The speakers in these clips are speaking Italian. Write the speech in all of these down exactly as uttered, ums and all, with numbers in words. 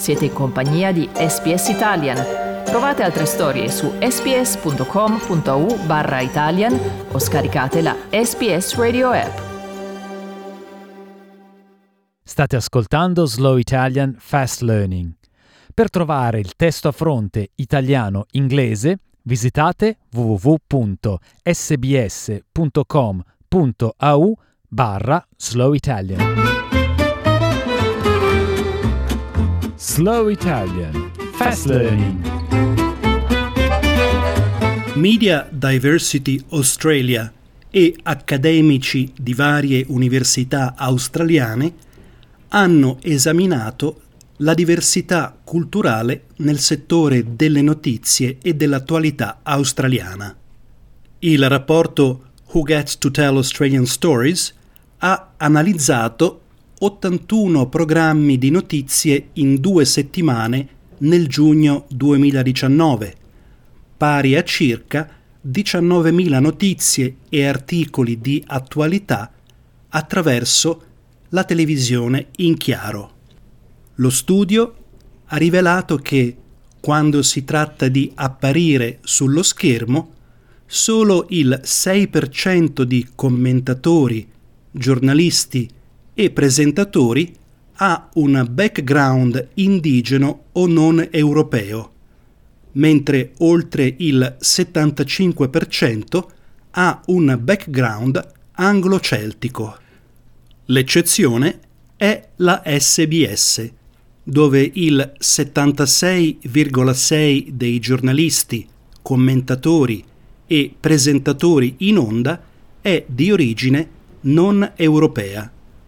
Siete in compagnia di S B S Italian. Trovate altre storie su sbs.com.au barra Italian o scaricate la S B S Radio app. State ascoltando Slow Italian Fast Learning. Per trovare il testo a fronte italiano-inglese visitate w w w punto s b s punto com punto a u barra Slow Italian. Slow Italian Fast Learning. Media Diversity Australia e accademici di varie università australiane hanno esaminato la diversità culturale nel settore delle notizie e dell'attualità australiana. Il rapporto Who Gets to Tell Australian Stories ha analizzato ottantuno programmi di notizie in due settimane nel giugno duemiladiciannove, pari a circa diciannovemila notizie e articoli di attualità attraverso la televisione in chiaro. Lo studio ha rivelato che, quando si tratta di apparire sullo schermo, solo il sei per cento di commentatori, giornalisti e presentatori ha un background indigeno o non europeo, mentre oltre il settantacinque per cento ha un background anglo-celtico. L'eccezione è la S B S, dove il settantasei virgola sei dei giornalisti, commentatori e presentatori in onda è di origine non europea.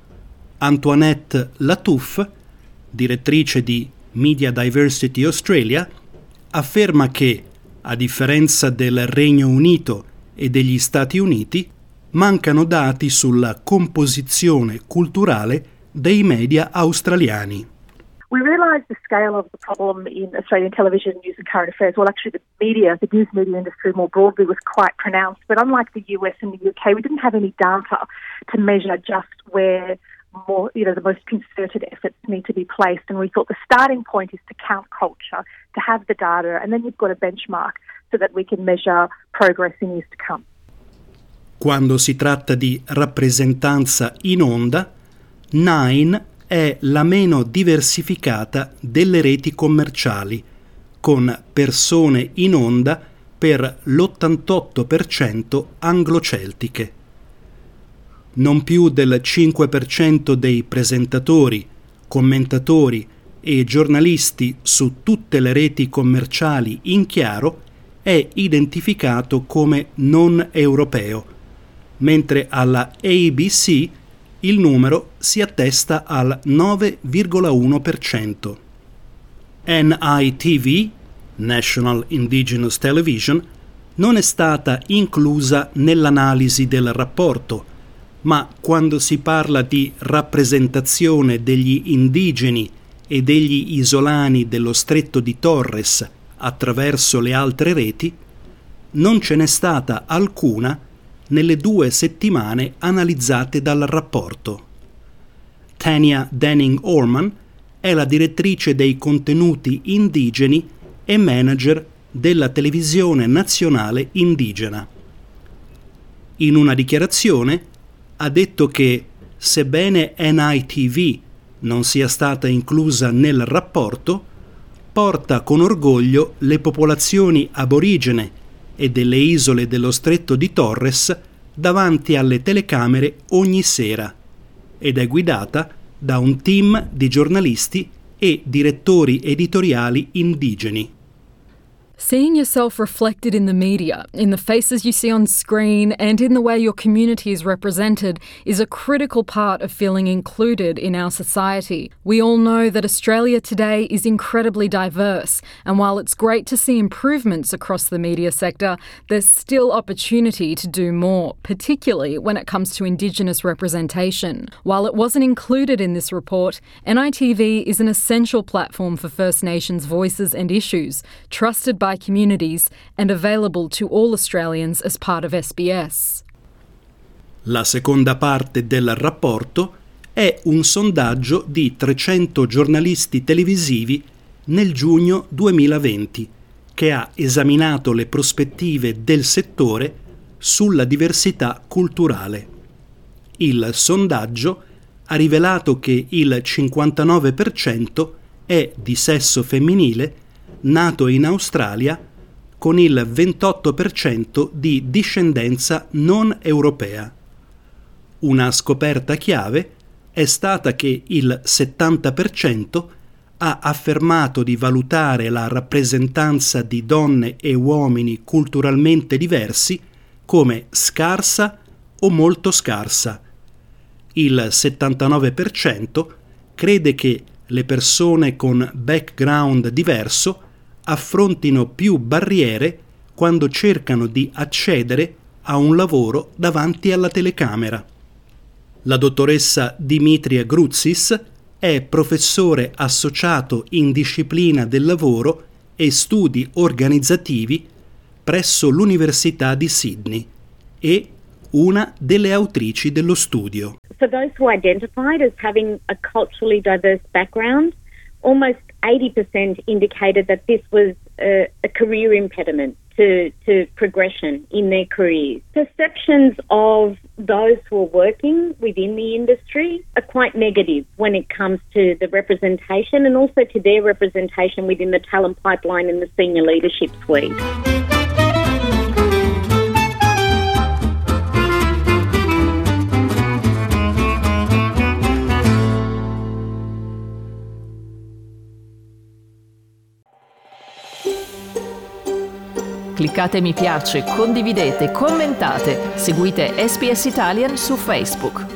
Antoinette Lattouf, direttrice di Media Diversity Australia, afferma che, a differenza del Regno Unito e degli Stati Uniti, mancano dati sulla composizione culturale dei media australiani. We realised the scale of the problem in Australian television, news and current affairs. Well, actually the media, the news media industry more broadly was quite pronounced. But unlike the U S and the U K, we didn't have any data to measure just where more, you know, the most concerted efforts need to be placed. And we thought the starting point is to count culture, to have the data, and then you've got a benchmark so that we can measure progress in years to come. Quando si tratta di rappresentanza in onda, Nine è la meno diversificata delle reti commerciali, con persone in onda per l'ottantotto per cento anglo-celtiche. Non più del cinque per cento dei presentatori, commentatori e giornalisti su tutte le reti commerciali in chiaro è identificato come non europeo, mentre alla A B C il numero si attesta al nove virgola uno per cento. N I T V, National Indigenous Television, non è stata inclusa nell'analisi del rapporto, ma quando si parla di rappresentazione degli indigeni e degli isolani dello Stretto di Torres attraverso le altre reti, non ce n'è stata alcuna nelle due settimane analizzate dal rapporto. Tania Denning-Orman è la direttrice dei contenuti indigeni e manager della televisione nazionale indigena. In una dichiarazione ha detto che, sebbene N I T V non sia stata inclusa nel rapporto, porta con orgoglio le popolazioni aborigene e delle isole dello Stretto di Torres davanti alle telecamere ogni sera ed è guidata da un team di giornalisti e direttori editoriali indigeni. Seeing yourself reflected in the media, in the faces you see on screen, and in the way your community is represented is a critical part of feeling included in our society. We all know that Australia today is incredibly diverse, and while it's great to see improvements across the media sector, there's still opportunity to do more, particularly when it comes to Indigenous representation. While it wasn't included in this report, N I T V is an essential platform for First Nations voices and issues, trusted by by communities and available to all Australians as part of S B S. La seconda parte del rapporto è un sondaggio di trecento giornalisti televisivi nel giugno duemilaventi, che ha esaminato le prospettive del settore sulla diversità culturale. Il sondaggio ha rivelato che il cinquantanove per cento è di sesso femminile, nato in Australia, con il ventotto per cento di discendenza non europea. Una scoperta chiave è stata che il settanta per cento ha affermato di valutare la rappresentanza di donne e uomini culturalmente diversi come scarsa o molto scarsa. Il settantanove per cento crede che le persone con background diverso affrontino più barriere quando cercano di accedere a un lavoro davanti alla telecamera. La dottoressa Dimitria Groutsis è professore associato in disciplina del lavoro e studi organizzativi presso l'Università di Sydney e una delle autrici dello studio. For those who identified as having a culturally diverse background, almost eighty percent indicated that this was a, a career impediment to, to progression in their careers. Perceptions of those who are working within the industry are quite negative when it comes to the representation and also to their representation within the talent pipeline and the senior leadership suite. Cliccate mi piace, condividete, commentate, seguite S B S Italian su Facebook.